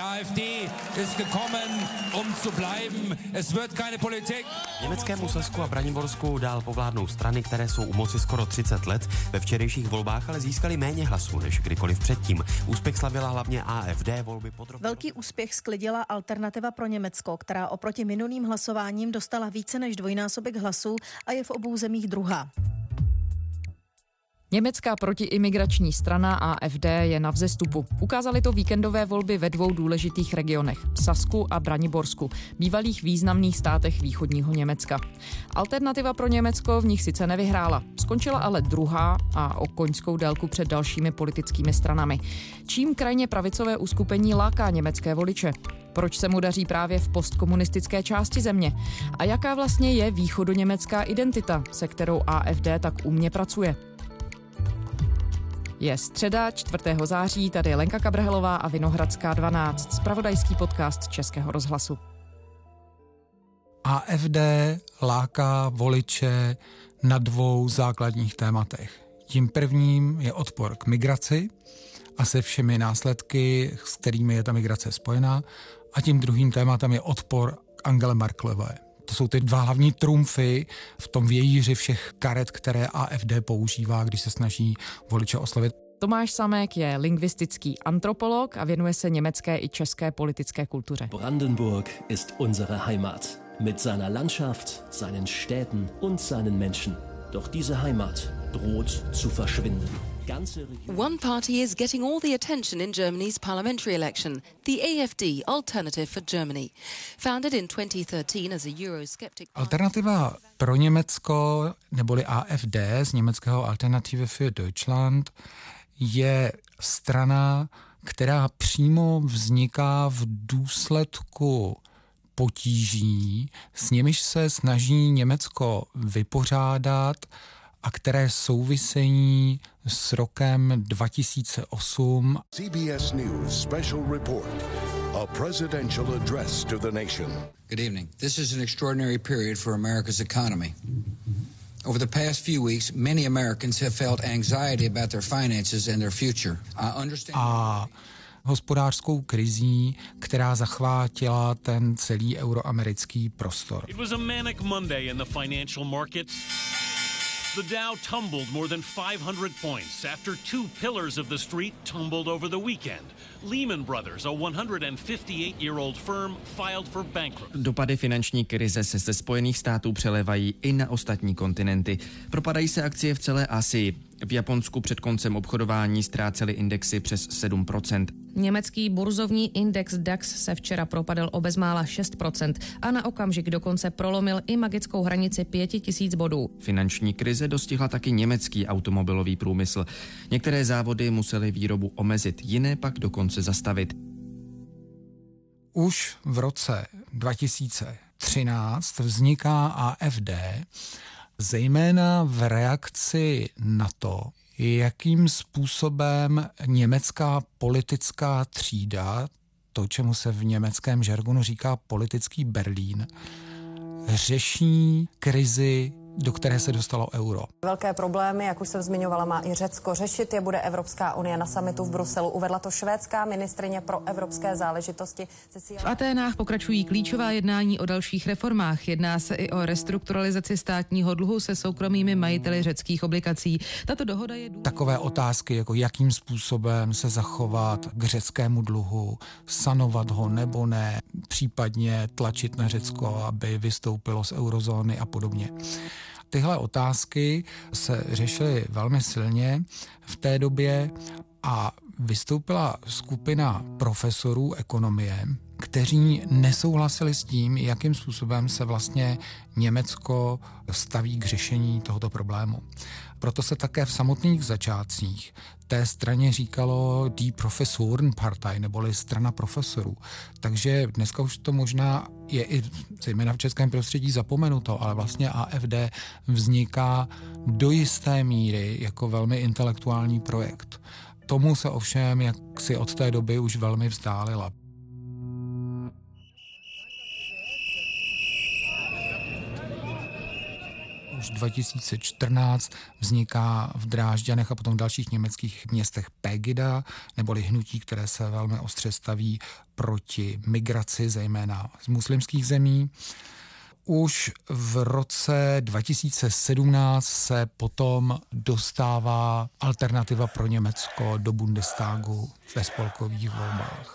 AfD ist gekommen, zu bleiben. Es wird keine Politik. Německému Slezsku a Braniborsku dál povládnou strany, které jsou u moci skoro 30 let. Ve včerejších volbách ale získali méně hlasů než kdykoliv předtím. Úspěch slavila hlavně AfD, volby podrobně. Velký úspěch sklidila Alternativa pro Německo, která oproti minulým hlasováním dostala více než dvojnásobek hlasů a je v obou zemích druhá. Německá protiimigrační strana AfD je na vzestupu. Ukázaly to víkendové volby ve dvou důležitých regionech, Sasku a Braniborsku, bývalých významných státech východního Německa. Alternativa pro Německo v nich sice nevyhrála, skončila ale druhá a o koňskou délku před dalšími politickými stranami. Čím krajně pravicové uskupení láká německé voliče? Proč se mu daří právě v postkomunistické části země? A jaká vlastně je východoněmecká identita, se kterou AfD tak umně pracuje? Je středa 4. září, tady je Lenka Kabrhelová a Vinohradská 12, zpravodajský podcast Českého rozhlasu. AfD láká voliče na dvou základních tématech. Tím prvním je odpor k migraci a se všemi následky, s kterými je ta migrace spojená, a tím druhým tématem je odpor k Angele Merkelové. To jsou ty dva hlavní trumfy v tom vějíři všech karet, které AfD používá, když se snaží voliče oslovit. Tomáš Samek je lingvistický antropolog a věnuje se německé i české politické kultuře. Brandenburg ist unsere Heimat. Mit seiner Landschaft, seinen Städten und seinen Menschen. Doch diese Heimat droht zu verschwinden. One party is getting all the attention in Germany's parliamentary election, the AfD, Alternative for Germany. Founded in 2013 as a Eurosceptic... Alternativa pro Německo, neboli AfD z německého Alternative für Deutschland, je strana, která přímo vzniká v důsledku potíží, s nimiž se snaží Německo vypořádat a které souvisejí s rokem 2008. CBS News Special Report. A presidential address to the nation. Good evening. This is an extraordinary period for America's economy. Over the past few weeks, many Americans have felt anxiety about their finances and their future. A hospodářskou krizí, která zachvátila ten celý euroamerický prostor. It was a manic Monday in the financial markets. The Dow tumbled more than 500 points after two pillars of the street tumbled over the weekend. Lehman Brothers, a 158-year-old firm, filed for bankruptcy. Dopady finanční krize se ze Spojených států přelévají i na ostatní kontinenty. Propadají se akcie v celé Asii. V Japonsku před koncem obchodování ztrácely indexy přes 7%. Německý burzovní index DAX se včera propadl o bezmála 6% a na okamžik dokonce prolomil i magickou hranici 5000 bodů. Finanční krize dostihla taky německý automobilový průmysl. Některé závody musely výrobu omezit, jiné pak dokonce zastavit. Už v roce 2013 vzniká AfD, zejména v reakci na to, jakým způsobem německá politická třída, to, čemu se v německém žargonu říká politický Berlín, řeší krizi, do které se dostalo euro. Velké problémy, jak už jsem zmiňovala, má i Řecko. Řešit je bude Evropská unie na summitu v Bruselu. Uvedla to švédská ministryně pro evropské záležitosti. V Aténách pokračují klíčová jednání o dalších reformách. Jedná se i o restrukturalizaci státního dluhu se soukromými majiteli řeckých obligací. Tato dohoda je... Takové otázky, jako jakým způsobem se zachovat k řeckému dluhu, sanovat ho nebo ne, případně tlačit na Řecko, aby vystoupilo z eurozóny a podobně. Tyhle otázky se řešily velmi silně v té době a vystoupila skupina profesorů ekonomie, kteří nesouhlasili s tím, jakým způsobem se vlastně Německo staví k řešení tohoto problému. Proto se také v samotných začátcích té straně říkalo Die Professorenpartei, neboli strana profesorů. Takže dneska už to možná je i zejména v českém prostředí zapomenuto, ale vlastně AfD vzniká do jisté míry jako velmi intelektuální projekt. Tomu se ovšem jaksi od té doby už velmi vzdálila. už 2014 vzniká v Drážďanech a potom v dalších německých městech Pegida, neboli hnutí, které se velmi ostře staví proti migraci, zejména z muslimských zemí. Už v roce 2017 se potom dostává Alternativa pro Německo do Bundestagu ve spolkových volbách.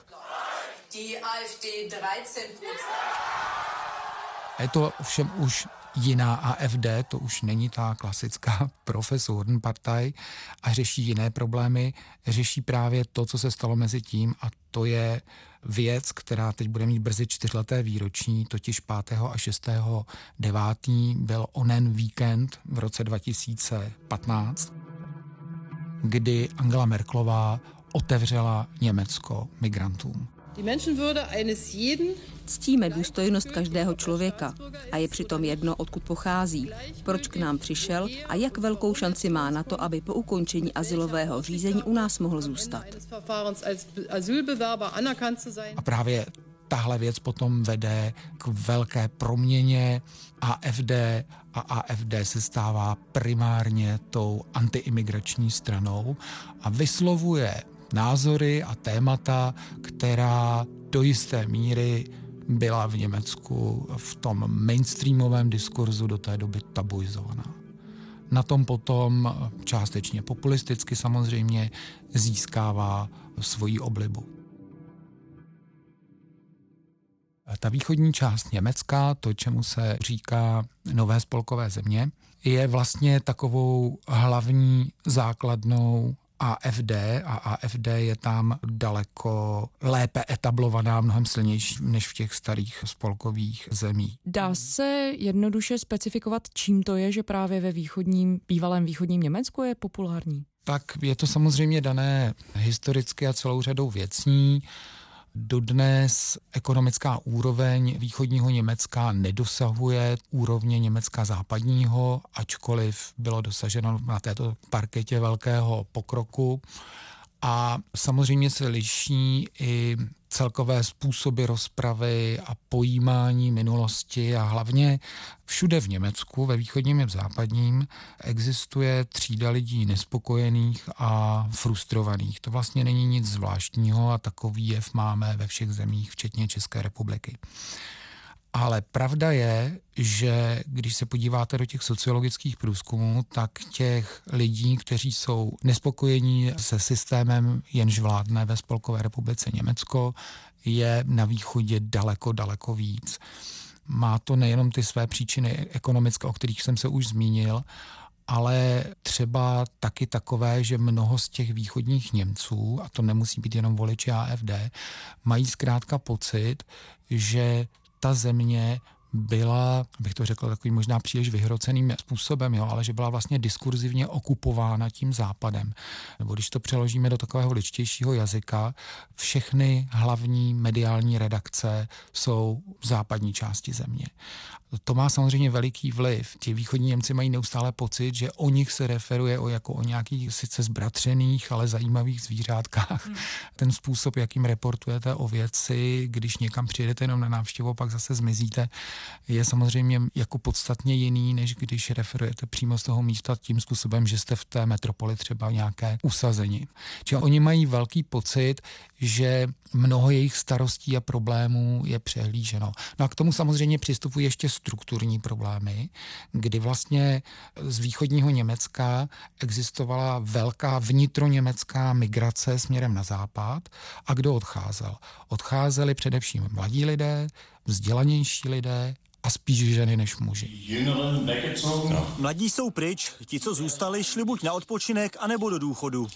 Je to ovšem už jiná AfD, to už není ta klasická Professorenpartei a řeší jiné problémy, řeší právě to, co se stalo mezi tím, a to je věc, která teď bude mít brzy 4leté výročí, totiž 5. a 6. 9. byl onen víkend v roce 2015, kdy Angela Merkelová otevřela Německo migrantům. Ctíme důstojnost každého člověka a je přitom jedno, odkud pochází, proč k nám přišel a jak velkou šanci má na to, aby po ukončení azylového řízení u nás mohl zůstat. A právě tahle věc potom vede k velké proměně AfD a AfD se stává primárně tou antiimigrační stranou a vyslovuje názory a témata, která do jisté míry byla v Německu v tom mainstreamovém diskurzu do té doby tabuizovaná. Na tom potom částečně populisticky samozřejmě získává svoji oblibu. Ta východní část Německa, to, čemu se říká nové spolkové země, je vlastně takovou hlavní základnou AfD a AfD je tam daleko lépe etablovaná, mnohem silnější než v těch starých spolkových zemích. Dá se jednoduše specifikovat, čím to je, že právě ve bývalém východním Německu je populární? Tak je to samozřejmě dané historicky a celou řadou věcí. Dodnes ekonomická úroveň východního Německa nedosahuje úrovně Německa západního, ačkoliv bylo dosaženo na této parketě velkého pokroku. A samozřejmě se liší i celkové způsoby rozpravy a pojímání minulosti a hlavně všude v Německu, ve východním i v západním, existuje třída lidí nespokojených a frustrovaných. To vlastně není nic zvláštního a takový jev máme ve všech zemích, včetně České republiky. Ale pravda je, že když se podíváte do těch sociologických průzkumů, tak těch lidí, kteří jsou nespokojení se systémem, jenž vládne ve Spolkové republice Německo, je na východě daleko, daleko víc. Má to nejenom ty své příčiny ekonomické, o kterých jsem se už zmínil, ale třeba taky takové, že mnoho z těch východních Němců, a to nemusí být jenom voliči AfD, mají zkrátka pocit, že ta země byla, bych to řekl takovým možná příliš vyhroceným způsobem, ale že byla vlastně diskurzivně okupována tím západem. Nebo když to přeložíme do takového ličtějšího jazyka, všechny hlavní mediální redakce jsou v západní části země. To má samozřejmě veliký vliv. Ti východní Němci mají neustále pocit, že o nich se referuje jako o nějakých sice zbratřených, ale zajímavých zvířátkách. Ten způsob, jakým reportujete o věci, když někam přijedete jenom na návštěvu, pak zase zmizíte, je samozřejmě jako podstatně jiný, než když referujete přímo z toho místa tím způsobem, že jste v té metropoli třeba nějaké usazení. Čili oni mají velký pocit, že mnoho jejich starostí a problémů je přehlíženo. No a k tomu samozřejmě přistupují ještě strukturní problémy, kdy vlastně z východního Německa existovala velká vnitroněmecká migrace směrem na západ. A kdo odcházel? Odcházeli především mladí lidé, vzdělanější lidé a spíš ženy než muži. No. Mladí jsou pryč, ti, co zůstali, šli buď na odpočinek, anebo do důchodu.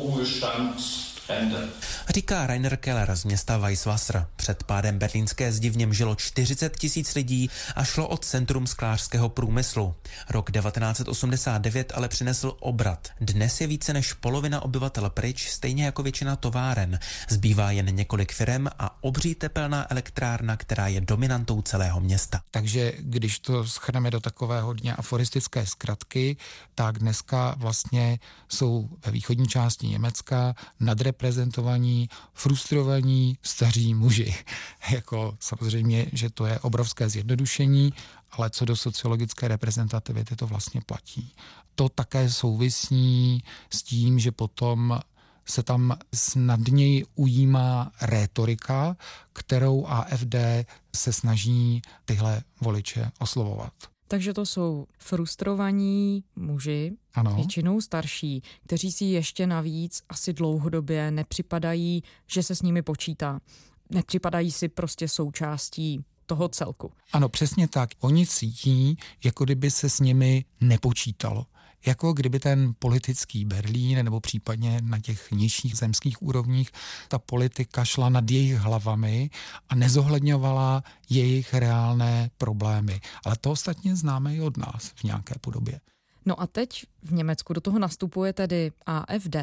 Říká Rainer Keller z města Weißwasser. Před pádem berlínské zdi v něm žilo 40 000 lidí a šlo o centrum sklářského průmyslu. Rok 1989 ale přinesl obrat. Dnes je více než polovina obyvatel pryč, stejně jako většina továren. Zbývá jen několik firem a obří tepelná elektrárna, která je dominantou celého města. Takže když to shrneme do takové hodně aforistické zkratky, tak dneska vlastně jsou ve východní části Německa reprezentovaní, frustrovaní staří muži. Jako samozřejmě, že to je obrovské zjednodušení, ale co do sociologické reprezentativity to vlastně platí. To také souvisí s tím, že potom se tam snadněji ujímá rétorika, kterou AfD se snaží tyhle voliče oslovovat. Takže to jsou frustrovaní muži, ano, většinou starší, kteří si ještě navíc asi dlouhodobě nepřipadají, že se s nimi počítá. Nepřipadají si prostě součástí toho celku. Ano, přesně tak. Oni cítí, jako kdyby se s nimi nepočítalo. Jako kdyby ten politický Berlín nebo případně na těch nižších zemských úrovních ta politika šla nad jejich hlavami a nezohledňovala jejich reálné problémy. Ale to ostatně známe i od nás v nějaké podobě. No a teď v Německu do toho nastupuje tedy AfD.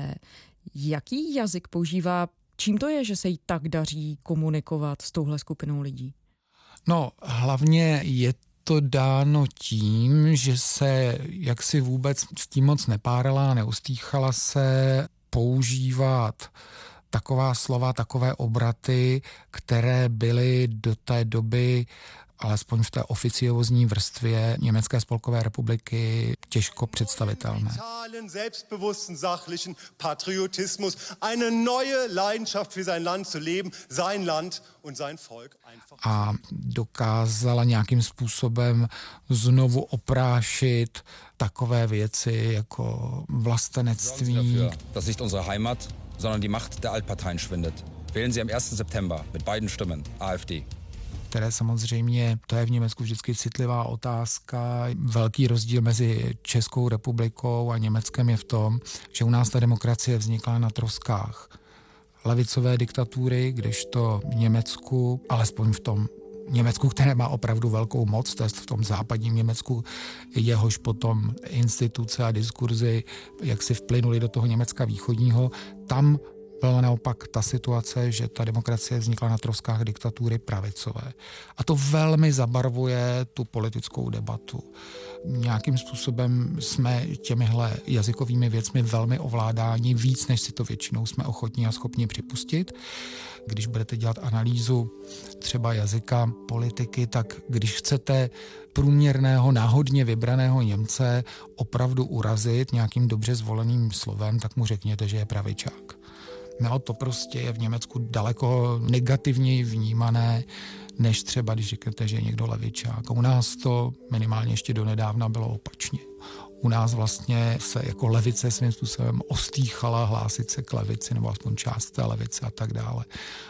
Jaký jazyk používá? Čím to je, že se jí tak daří komunikovat s touhle skupinou lidí? No, hlavně je to dáno tím, že se jaksi vůbec s tím moc nepárala, neustýchala se používat taková slova, takové obraty, které byly do té doby, alespoň v té oficiozní vrstvě Německé spolkové republiky, těžko představitelné. Selbstbewussten, sachlichen Patriotismus, eine neue Leidenschaft für sein Land zu leben, sein Land und sein Volk einfach. A dokázala nějakým způsobem znovu oprášit takové věci jako vlastenectví. Dass nicht unsere Heimat, sondern die Macht der Altparteien schwindet. Wählen Sie am 1. September mit beiden Stimmen AfD. Které samozřejmě, to je v Německu vždycky citlivá otázka. Velký rozdíl mezi Českou republikou a Německem je v tom, že u nás ta demokracie vznikla na troskách levicové diktatury, kdežto v Německu, alespoň v tom Německu, které má opravdu velkou moc, to je v tom západním Německu, jehož potom instituce a diskurzy jak si vplynuly do toho Německa východního, tam byla naopak ta situace, že ta demokracie vznikla na troskách diktatury pravicové. A to velmi zabarvuje tu politickou debatu. Nějakým způsobem jsme těmihle jazykovými věcmi velmi ovládáni, víc, než si to většinou jsme ochotní a schopni připustit. Když budete dělat analýzu třeba jazyka politiky, tak když chcete průměrného, náhodně vybraného Němce opravdu urazit nějakým dobře zvoleným slovem, tak mu řekněte, že je pravičák. No, to prostě je v Německu daleko negativněji vnímané, než třeba, když řeknete, že je někdo levičák. U nás to minimálně ještě donedávna bylo opačně. U nás vlastně se jako levice svým způsobem ostýchala hlásit se k levici, nebo aspoň část té levice a tak dále.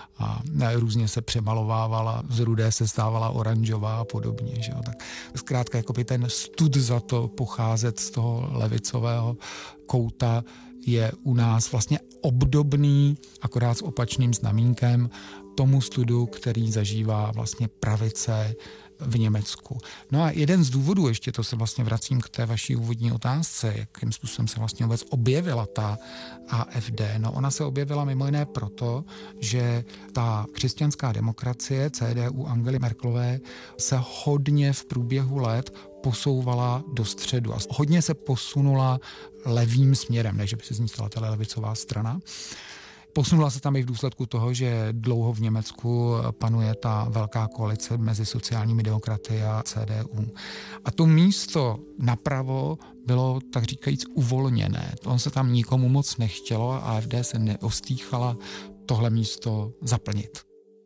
A různě se přemalovávala, z rudé se stávala oranžová a podobně. Že jo? Tak zkrátka jako by ten stud za to pocházet z toho levicového kouta je u nás vlastně obdobný, akorát s opačným znamínkem, tomu studu, který zažívá vlastně pravice v Německu. No a jeden z důvodů, ještě to se vlastně vracím k té vaší úvodní otázce, jakým způsobem se vlastně vůbec objevila ta AfD. No ona se objevila mimo jiné proto, že ta křesťanská demokracie CDU Angely Merkelové se hodně v průběhu let posouvala do středu a hodně se posunula levým směrem, než by se z ní stala ta levicová strana. Posunula se tam i v důsledku toho, že dlouho v Německu panuje ta velká koalice mezi sociálními demokraty a CDU. A to místo napravo bylo, tak říkajíc, uvolněné. On se tam nikomu moc nechtělo a AfD se neostýchala tohle místo zaplnit.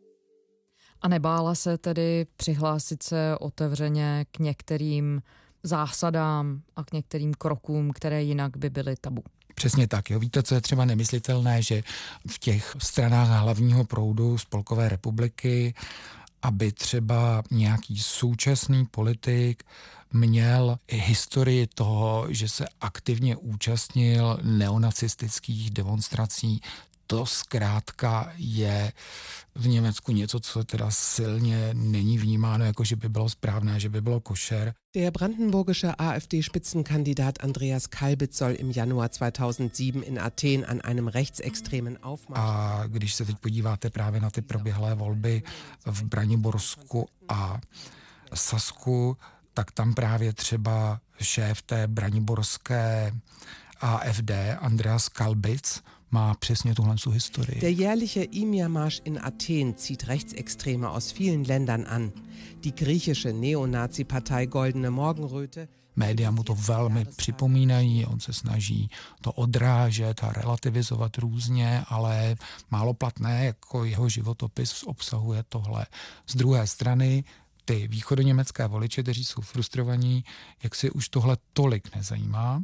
A nebála se tedy přihlásit se otevřeně k některým zásadám a k některým krokům, které jinak by byly tabu? Přesně tak. Jo. Víte, co je třeba nemyslitelné, že v těch stranách hlavního proudu Spolkové republiky, aby třeba nějaký současný politik měl historii toho, že se aktivně účastnil neonacistických demonstrací, to zkrátka je v Německu něco, co teda silně není vnímáno, jako že by bylo správné, že by bylo košer. Der brandenburgische AfD-Spitzenkandidat Andreas Kalbitz soll im Januar 2007 in Athen an einem rechtsextremen Aufmarsch. A když se teď podíváte právě na ty proběhlé volby v Braniborsku a Sasku, tak tam právě třeba šéf té braniborské AfD Andreas Kalbitz má přesně tuhle historii. Der jährliche IMIA-Marsch in Athen zieht Rechtsextreme aus vielen Ländern an. Die griechische Neonazi-Partei Goldene Morgenröte. Média mu to velmi připomínají, on se snaží to odrážet a relativizovat různě, ale málo platné, jako jeho životopis obsahuje tohle. Z druhé strany ty východoněmecké voliče, kteří jsou frustrovaní, jak si už tohle tolik nezajímá.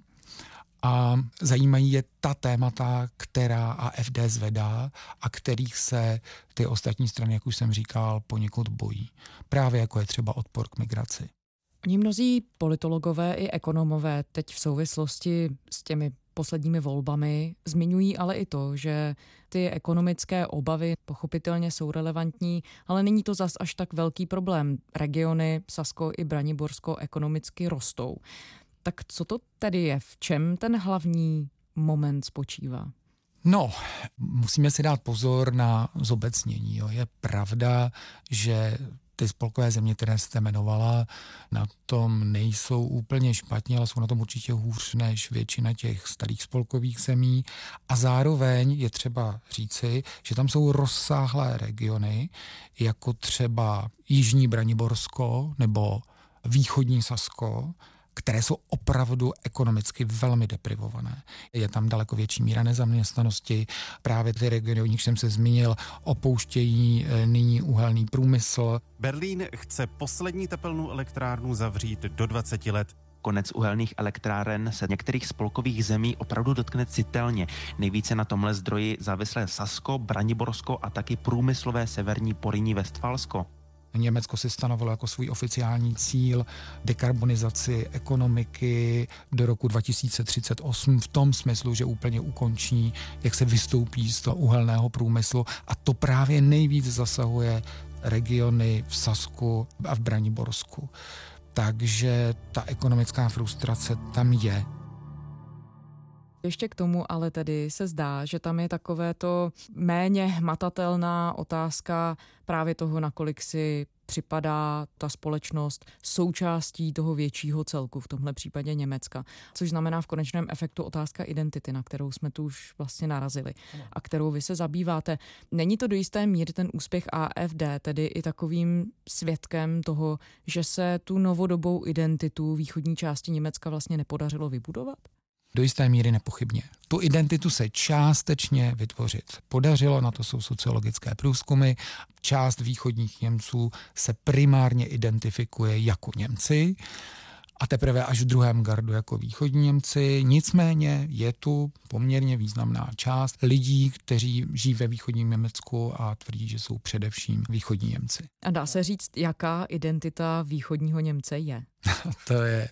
A zajímají je ta témata, která AfD zvedá a kterých se ty ostatní strany, jak už jsem říkal, poněkud bojí. Právě jako je třeba odpor k migraci. Oni mnozí politologové i ekonomové teď v souvislosti s těmi posledními volbami zmiňují ale i to, že ty ekonomické obavy pochopitelně jsou relevantní, ale není to zas až tak velký problém. Regiony Sasko i Braniborsko ekonomicky rostou. Tak co to tedy je? V čem ten hlavní moment spočívá? No, musíme si dát pozor na zobecnění. Jo. Je pravda, že ty spolkové země, které jste jmenovala, na tom nejsou úplně špatně, ale jsou na tom určitě hůř než většina těch starých spolkových zemí. A zároveň je třeba říci, že tam jsou rozsáhlé regiony, jako třeba Jižní Braniborsko nebo Východní Sasko, které jsou opravdu ekonomicky velmi deprivované. Je tam daleko větší míra nezaměstnanosti. Právě ty regiony, o nich jsem se zmínil, opouštějí nyní uhelný průmysl. Berlín chce poslední tepelnou elektrárnu zavřít do 20 let. Konec uhelných elektráren se některých spolkových zemí opravdu dotkne citelně. Nejvíce na tomhle zdroji závislé Sasko, Braniborsko a taky průmyslové severní Porýní Vestfálsko. Německo si stanovilo jako svůj oficiální cíl dekarbonizaci ekonomiky do roku 2038 v tom smyslu, že úplně ukončí, jak se vystoupí z toho uhelného průmyslu, a to právě nejvíc zasahuje regiony v Sasku a v Braniborsku. Takže ta ekonomická frustrace tam je. Ještě k tomu ale tedy se zdá, že tam je takovéto méně hmatatelná otázka právě toho, nakolik si připadá ta společnost součástí toho většího celku, v tomhle případě Německa. Což znamená v konečném efektu otázka identity, na kterou jsme tu už vlastně narazili a kterou vy se zabýváte. Není to do jisté míry ten úspěch AfD, tedy i takovým svědkem toho, že se tu novodobou identitu východní části Německa vlastně nepodařilo vybudovat? Do jisté míry nepochybně. Tu identitu se částečně vytvořit podařilo, na to jsou sociologické průzkumy. Část východních Němců se primárně identifikuje jako Němci a teprve až v druhém gardu jako východní Němci. Nicméně je tu poměrně významná část lidí, kteří žijí ve východním Německu a tvrdí, že jsou především východní Němci. A dá se říct, jaká identita východního Němce je? To je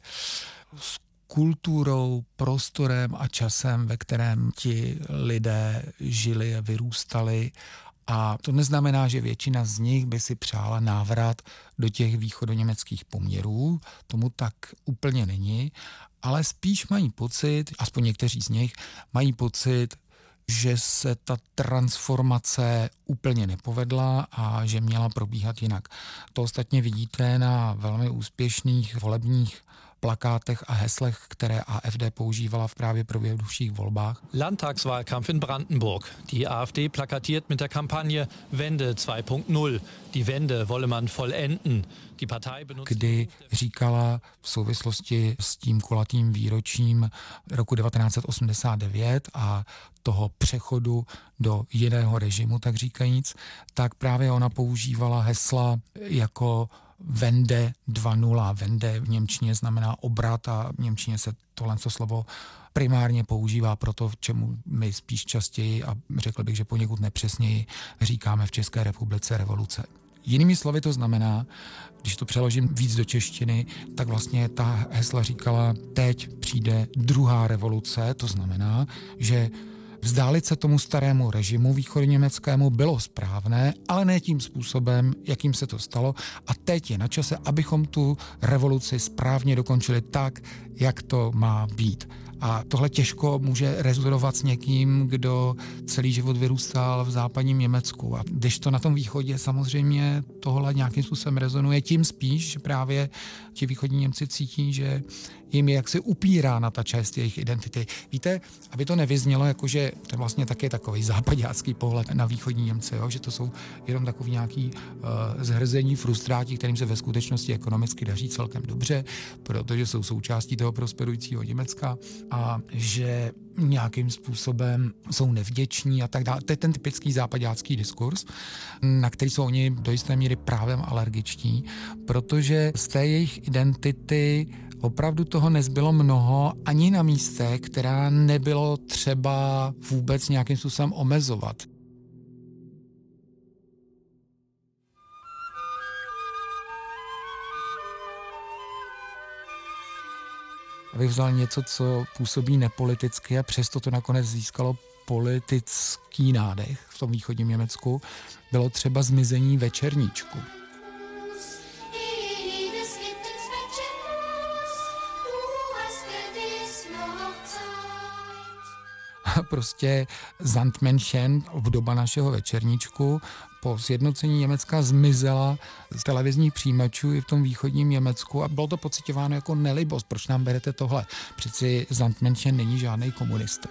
kulturou, prostorem a časem, ve kterém ti lidé žili a vyrůstali. A to neznamená, že většina z nich by si přála návrat do těch východoněmeckých poměrů. Tomu tak úplně není, ale spíš mají pocit, aspoň někteří z nich, mají pocit, že se ta transformace úplně nepovedla a že měla probíhat jinak. To ostatně vidíte na velmi úspěšných volebních plakátech a heslech, které AfD používala v právě proběhnuvších volbách. Landtagswahlkampf in Brandenburg. Die AfD plakatiert mit der Kampagne Wende 2.0. Die Wende wolle man vollenden. Die Partei benutzt... Kdy říkala v souvislosti s tím kulatým výročím roku 1989 a toho přechodu do jiného režimu, tak říkajíc, tak právě ona používala hesla jako Wende 2.0. Wende v němčině znamená obrat a v němčině se tohle slovo primárně používá pro to, čemu my spíš častěji a řekl bych, že poněkud nepřesněji říkáme v České republice revoluce. Jinými slovy to znamená, když to přeložím víc do češtiny, tak vlastně ta hesla říkala, teď přijde druhá revoluce, to znamená, že vzdálit se tomu starému režimu východněmeckému bylo správné, ale ne tím způsobem, jakým se to stalo. A teď je na čase, abychom tu revoluci správně dokončili tak, jak to má být. A tohle těžko může rezonovat s někým, kdo celý život vyrůstal v západním Německu. A když to na tom východě samozřejmě tohle nějakým způsobem rezonuje, tím spíš, že právě ti východní Němci cítí, že jim je jaksi upírána ta část jejich identity. Víte, aby to nevyznělo, jakože to je vlastně taky takový zápaďácký pohled na východní Němce, jo? Že to jsou jenom takový nějaký zhrzení frustráti, kterým se ve skutečnosti ekonomicky daří celkem dobře, protože jsou součástí toho prosperujícího Německa a že nějakým způsobem jsou nevděční a tak dále. To je ten typický zápaďácký diskurs, na který jsou oni do jisté míry právem alergiční, protože z té jejich identity opravdu toho nezbylo mnoho ani na místech, která nebylo třeba vůbec nějakým způsobem omezovat. Abych vzal něco, co působí nepoliticky a přesto to nakonec získalo politický nádech v tom východním Německu, bylo třeba zmizení večerníčku. Prostě Sandmännchen, obdoba našeho večerníčku, po sjednocení Německa zmizela z televizních přijímačů i v tom východním Německu a bylo to pocitováno jako nelibost. Proč nám berete tohle? Přeci Sandmännchen není žádný komunista.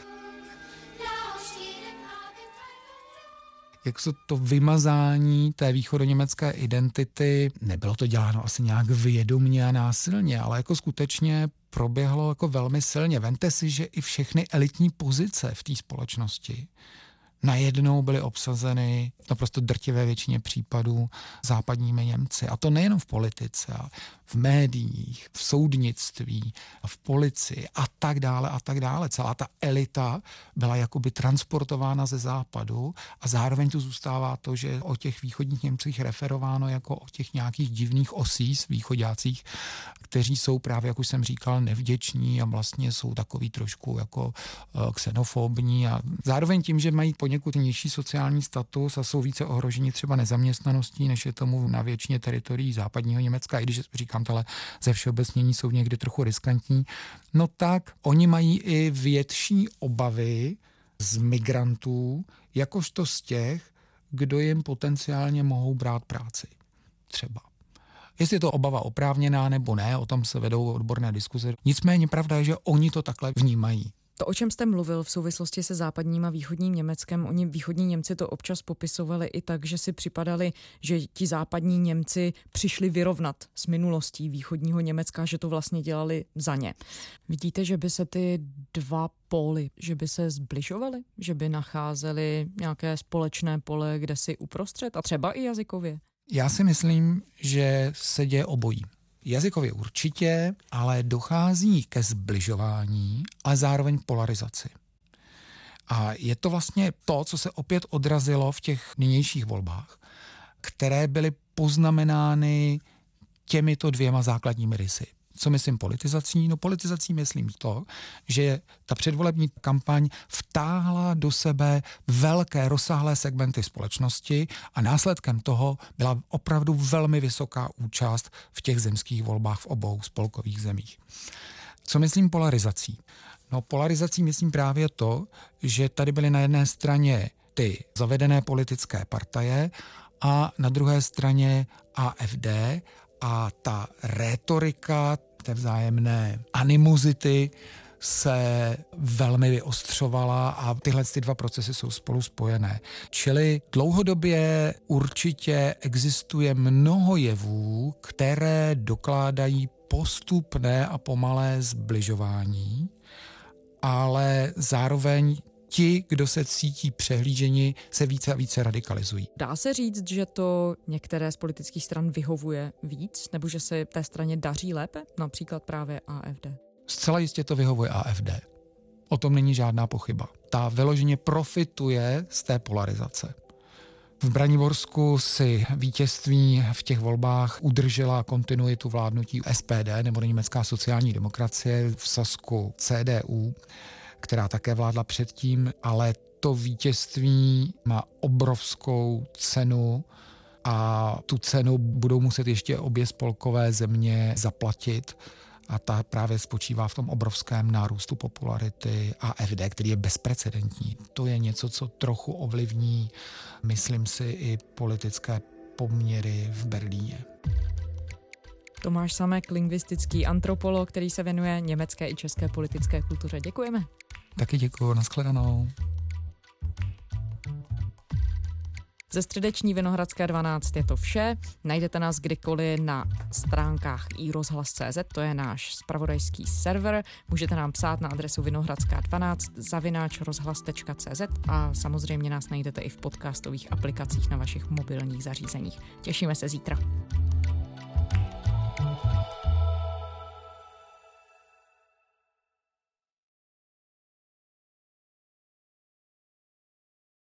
Jak se to vymazání té východoněmecké identity, nebylo to děláno asi nějak vědomně a násilně, ale jako skutečně proběhlo jako velmi silně. Vemte si, že i všechny elitní pozice v té společnosti najednou byly obsazeny naprosto drtivé většině případů západními Němci. A to nejenom v politice, ale v médiích, v soudnictví, v policii a tak dále a tak dále. Celá ta elita byla jakoby transportována ze západu a zároveň tu zůstává to, že o těch východních Němcích referováno jako o těch nějakých divných osís východácích, kteří jsou právě, jak už jsem říkal, nevděční a vlastně jsou takový trošku jako xenofobní a zároveň tím, že mají poněkud nižší sociální status a jsou více ohroženi třeba nezaměstnaností, než je tomu na většině teritorií západního Německa, i když říkám tohle ze všeobecnění jsou někdy trochu riskantní, no tak oni mají i větší obavy z migrantů, jakožto z těch, kdo jim potenciálně mohou brát práci. Třeba. Jestli je to obava oprávněná nebo ne, o tom se vedou odborné diskuze. Nicméně pravda je, že oni to takhle vnímají. To, o čem jste mluvil v souvislosti se západním a východním Německem, oni východní Němci to občas popisovali i tak, že si připadali, že ti západní Němci přišli vyrovnat s minulostí východního Německa, že to vlastně dělali za ně. Vidíte, že by se ty dva póly, že by se zbližovaly, že by nacházeli nějaké společné pole, kde si uprostřed a třeba i jazykově? Já si myslím, že se děje obojí. Jazykově určitě, ale dochází ke zbližování, ale zároveň polarizaci. A je to vlastně to, co se opět odrazilo v těch nynějších volbách, které byly poznamenány těmito dvěma základními rysy. Co myslím politizací? No politizací myslím to, že ta předvolební kampaň vtáhla do sebe velké rozsáhlé segmenty společnosti a následkem toho byla opravdu velmi vysoká účast v těch zemských volbách v obou spolkových zemích. Co myslím polarizací? No polarizací myslím právě to, že tady byly na jedné straně ty zavedené politické partaje a na druhé straně AfD a ta rétorika té vzájemné animozity se velmi vyostřovala a tyhle dva procesy jsou spolu spojené. Čili dlouhodobě určitě existuje mnoho jevů, které dokládají postupné a pomalé zbližování, ale zároveň ti, kdo se cítí přehlíženi, se více a více radikalizují. Dá se říct, že to některé z politických stran vyhovuje víc, nebo že se té straně daří lépe, například právě AfD? Zcela jistě to vyhovuje AfD. O tom není žádná pochyba. Ta vyloženě profituje z té polarizace. V Braniborsku si vítězství v těch volbách udržela kontinuitu vládnutí SPD nebo německá sociální demokracie, v Sasku CDU, která také vládla předtím, ale to vítězství má obrovskou cenu a tu cenu budou muset ještě obě spolkové země zaplatit a ta právě spočívá v tom obrovském nárůstu popularity AfD, který je bezprecedentní. To je něco, co trochu ovlivní, myslím si, i politické poměry v Berlíně. Tomáš Samek, lingvistický antropolog, který se věnuje německé i české politické kultuře. Děkujeme. Taky děkuju, nashledanou. Ze středeční Vinohradské 12 je to vše. Najdete nás kdykoliv na stránkách iRozhlas.cz, to je náš zpravodajský server. Můžete nám psát na adresu vinohradská12@rozhlas.cz a samozřejmě nás najdete i v podcastových aplikacích na vašich mobilních zařízeních. Těšíme se zítra.